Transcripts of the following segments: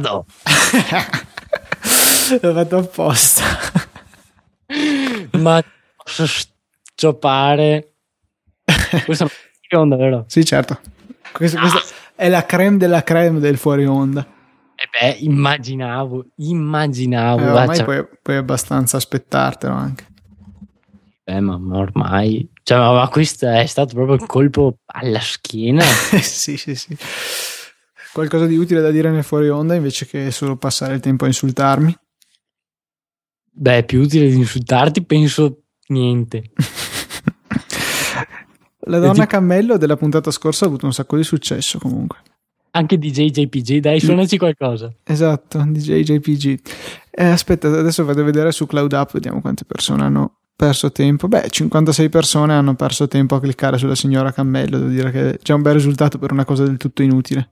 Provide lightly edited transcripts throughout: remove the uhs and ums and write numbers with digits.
Vado. L'ho fatto apposta. Ma posso sciopare? Questa è una fuori onda, vero? Sì, certo. Questa è la creme della creme del fuori onda. Immaginavo. Ormai puoi abbastanza aspettartelo anche. Ma ormai, cioè, ma questo è stato proprio il colpo alla schiena. Sì. Qualcosa di utile da dire nel fuori onda invece che solo passare il tempo a insultarmi? Beh, è più utile di insultarti, penso niente. La donna cammello della puntata scorsa ha avuto un sacco di successo comunque. Anche DJ JPG, dai, suonaci qualcosa. Esatto, DJ JPG. Aspetta, adesso vado a vedere su Cloud Up, vediamo quante persone hanno perso tempo. 56 persone hanno perso tempo a cliccare sulla signora cammello. Devo dire che c'è un bel risultato per una cosa del tutto inutile.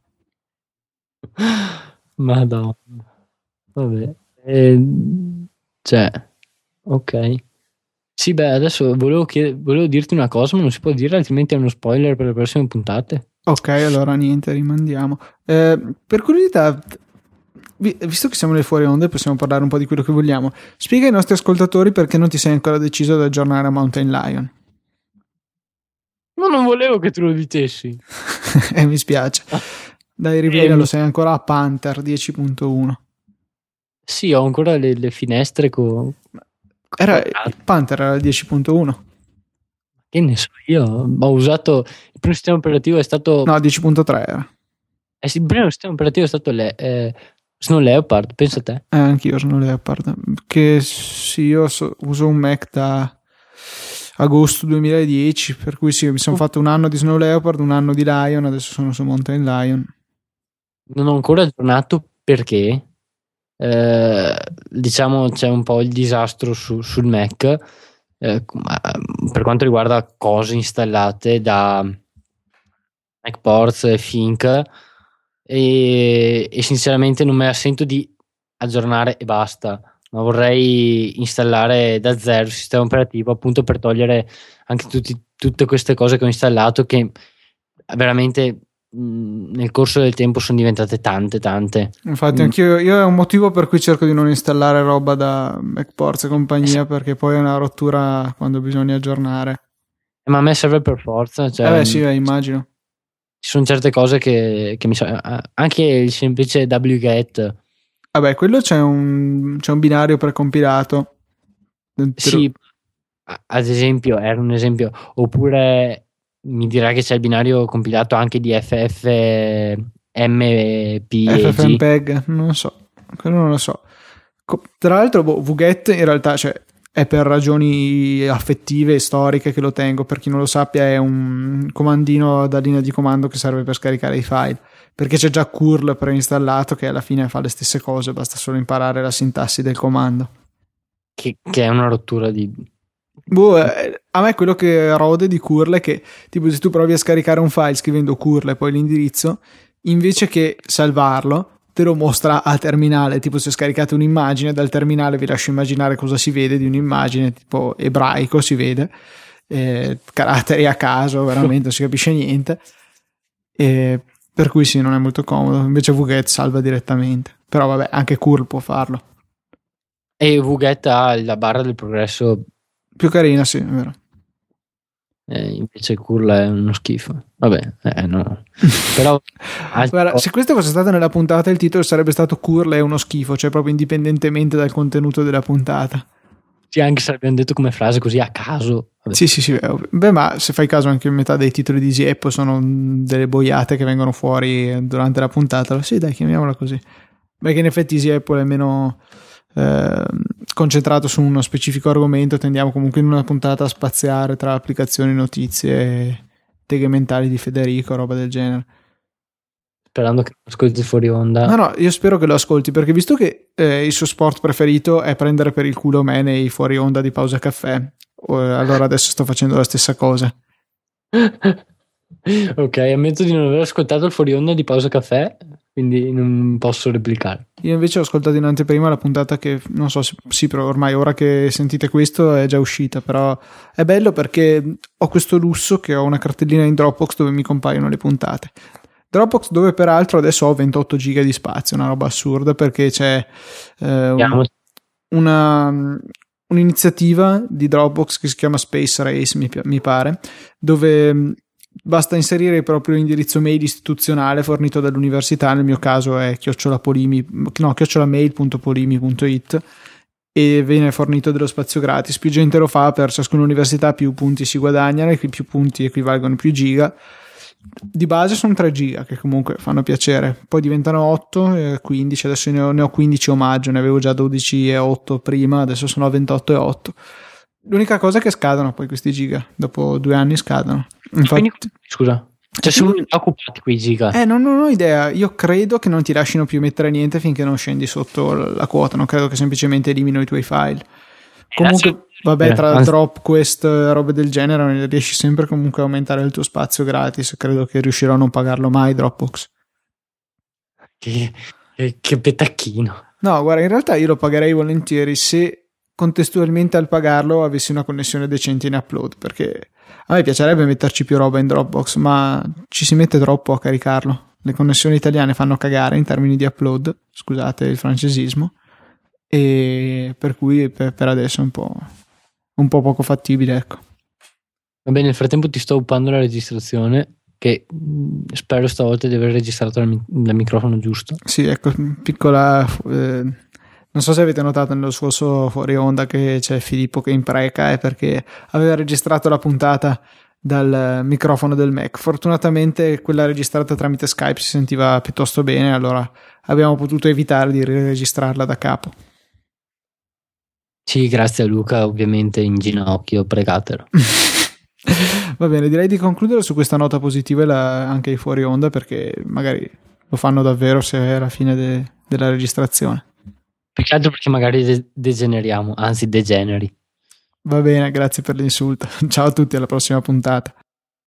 Madonna. Vabbè. Cioè, ok. Sì, beh, adesso volevo dirti una cosa, ma non si può dire, altrimenti è uno spoiler per le prossime puntate. Ok, allora niente, rimandiamo. Per curiosità, visto che siamo nel fuori onda, possiamo parlare un po' di quello che vogliamo. Spiega ai nostri ascoltatori perché non ti sei ancora deciso ad aggiornare a Mountain Lion. Ma non volevo che tu lo dicessi. Mi spiace. Dai, rivelalo, sei ancora a Panther 10.1. Sì, ho ancora le finestre con... Il Panther era il 10.1. Che ne so io, ho usato... Il primo sistema operativo è stato... No, 10.3 era. Sì, il primo sistema operativo è stato Snow Leopard, pensa a te. Anch'io Snow Leopard. Che sì, io uso un Mac da agosto 2010, per cui sì, mi sono fatto un anno di Snow Leopard, un anno di Lion, adesso sono su Mountain Lion. Non ho ancora aggiornato perché diciamo c'è un po' il disastro sul Mac per quanto riguarda cose installate da MacPorts e Think, e sinceramente non me la sento di aggiornare e basta, ma vorrei installare da zero il sistema operativo, appunto per togliere anche tutte queste cose che ho installato, che veramente nel corso del tempo sono diventate tante. Infatti anch'io è un motivo per cui cerco di non installare roba da MacPorts e compagnia, perché poi è una rottura quando bisogna aggiornare. Ma a me serve per forza, cioè, sì, immagino. ci sono certe cose che mi anche il semplice wget. Vabbè, quello c'è un binario precompilato. Sì, ad esempio, era un esempio. Oppure mi dirà che c'è il binario compilato anche di FFmpeg, non so, quello non lo so. Tra l'altro wget in realtà, cioè, è per ragioni affettive e storiche che lo tengo. Per chi non lo sappia, è un comandino da linea di comando che serve per scaricare i file, perché c'è già curl preinstallato che alla fine fa le stesse cose, basta solo imparare la sintassi del comando, che è una rottura di... a me quello che rode di curl è che tipo se tu provi a scaricare un file scrivendo curl e poi l'indirizzo, invece che salvarlo te lo mostra al terminale. Tipo se scaricate un'immagine dal terminale, vi lascio immaginare cosa si vede di un'immagine tipo ebraico, si vede caratteri a caso, veramente non si capisce niente, per cui sì, non è molto comodo. Invece wget salva direttamente, però vabbè, anche curl può farlo. E wget ha la barra del progresso più carina, sì, è vero. Invece curl è uno schifo. Vabbè, no. Però guarda, se questo fosse stato nella puntata, il titolo sarebbe stato curl è uno schifo, cioè proprio indipendentemente dal contenuto della puntata. Sì, anche se abbiamo detto come frase così a caso. Vabbè. Sì. Beh, ma se fai caso anche metà dei titoli di Easy Apple sono delle boiate che vengono fuori durante la puntata. Sì, dai, chiamiamola così. Perché in effetti Easy Apple è meno concentrato su uno specifico argomento. Tendiamo comunque in una puntata a spaziare tra applicazioni, notizie, teghe mentali di Federico, roba del genere. Sperando che lo ascolti fuori onda. No, io spero che lo ascolti, perché visto che il suo sport preferito è prendere per il culo me nei fuori onda di Pausa Caffè, allora adesso sto facendo la stessa cosa. Ok, ammetto di non aver ascoltato il fuori onda di Pausa Caffè, quindi non posso replicare. Io invece ho ascoltato in anteprima la puntata che non so se sì, però ormai ora che sentite questo è già uscita, però è bello perché ho questo lusso che ho una cartellina in Dropbox dove mi compaiono le puntate. Dropbox, dove peraltro adesso ho 28 giga di spazio, una roba assurda, perché c'è un'iniziativa di Dropbox che si chiama Space Race, mi pare, dove basta inserire il proprio indirizzo mail istituzionale fornito dall'università, nel mio caso è chiocciolamail.polimi.it, e viene fornito dello spazio gratis. Più gente lo fa, per ciascuna università più punti si guadagnano, e più punti equivalgono più giga. Di base sono 3 giga, che comunque fanno piacere, poi diventano 8 e 15, adesso ne ho 15 omaggio, ne avevo già 12 e 8 prima, adesso sono a 28 e 8. L'unica cosa è che scadono poi questi giga, dopo 2 anni scadono. Infatti, quindi, scusa, sono occupati quei giga? Non ho idea, io credo che non ti lasciano più mettere niente finché non scendi sotto la quota, non credo che semplicemente elimino i tuoi file. Comunque, vabbè, tra DropQuest e robe del genere riesci sempre comunque a aumentare il tuo spazio gratis. Credo che riuscirò a non pagarlo mai Dropbox. Che petacchino. No, guarda, in realtà io lo pagherei volentieri se contestualmente al pagarlo avessi una connessione decente in upload, perché a me piacerebbe metterci più roba in Dropbox, ma ci si mette troppo a caricarlo. Le connessioni italiane fanno cagare in termini di upload, scusate il francesismo, e per cui per adesso è un po' poco fattibile, ecco. Va bene, nel frattempo ti sto uppando la registrazione, che spero stavolta di aver registrato il microfono giusto. Sì, ecco, piccola non so se avete notato nello scorso fuori onda che c'è Filippo che impreca, è perché aveva registrato la puntata dal microfono del Mac. Fortunatamente quella registrata tramite Skype si sentiva piuttosto bene, allora abbiamo potuto evitare di registrarla da capo. Sì, grazie a Luca, ovviamente in ginocchio, pregatelo. Va bene, direi di concludere su questa nota positiva anche i fuori onda, perché magari lo fanno davvero se è la fine della registrazione. Più che altro perché magari degeneriamo, anzi degeneri. Va bene, grazie per l'insulto. Ciao a tutti, alla prossima puntata.